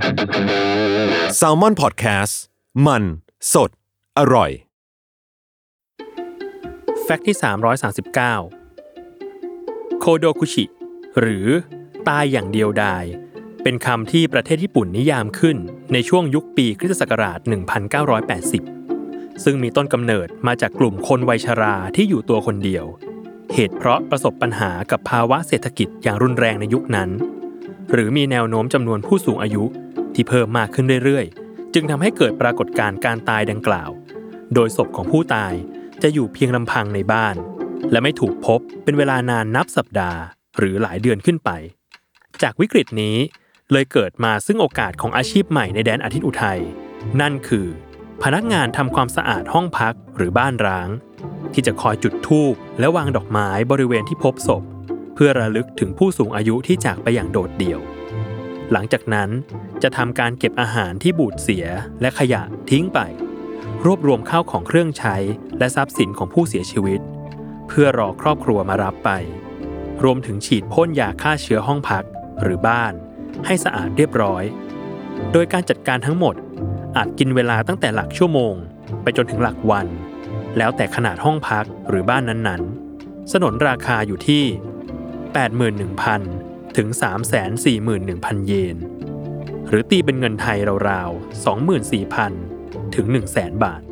Salmon Podcast มันสดอร่อยแฟกต์ที่339โคโดคุชิหรือตายอย่างเดียวดายเป็นคำที่ประเทศญี่ปุ่นนิยามขึ้นในช่วงยุคปีคริสตศักราช1980ซึ่งมีต้นกำเนิดมาจากกลุ่มคนวัยชราที่อยู่ตัวคนเดียวเหตุเพราะประสบปัญหากับภาวะเศรษฐกิจอย่างรุนแรงในยุคนั้นหรือมีแนวโน้มจำนวนผู้สูงอายุที่เพิ่มมากขึ้นเรื่อยๆจึงทำให้เกิดปรากฏการณ์การตายดังกล่าวโดยศพของผู้ตายจะอยู่เพียงลำพังในบ้านและไม่ถูกพบเป็นเวลานานนับสัปดาห์หรือหลายเดือนขึ้นไปจากวิกฤตนี้เลยเกิดมาซึ่งโอกาสของอาชีพใหม่ในแดนอาทิตย์อุทัยนั่นคือพนักงานทำความสะอาดห้องพักหรือบ้านร้างที่จะคอยจุดธูปและวางดอกไม้บริเวณที่พบศพเพื่อระลึกถึงผู้สูงอายุที่จากไปอย่างโดดเดี่ยวหลังจากนั้นจะทำการเก็บอาหารที่บูดเสียและขยะทิ้งไปรวบรวมข้าวของเครื่องใช้และทรัพย์สินของผู้เสียชีวิตเพื่อรอครอบครัวมารับไปรวมถึงฉีดพ่นยาฆ่าเชื้อห้องพักหรือบ้านให้สะอาดเรียบร้อยโดยการจัดการทั้งหมดอาจกินเวลาตั้งแต่หลักชั่วโมงไปจนถึงหลักวันแล้วแต่ขนาดห้องพักหรือบ้านนั้นๆสนนราคาอยู่ที่ 81,000 ถึง 341,000 เยนหรือตีเป็นเงินไทยราวๆ 24,000 ถึง 100,000 บาท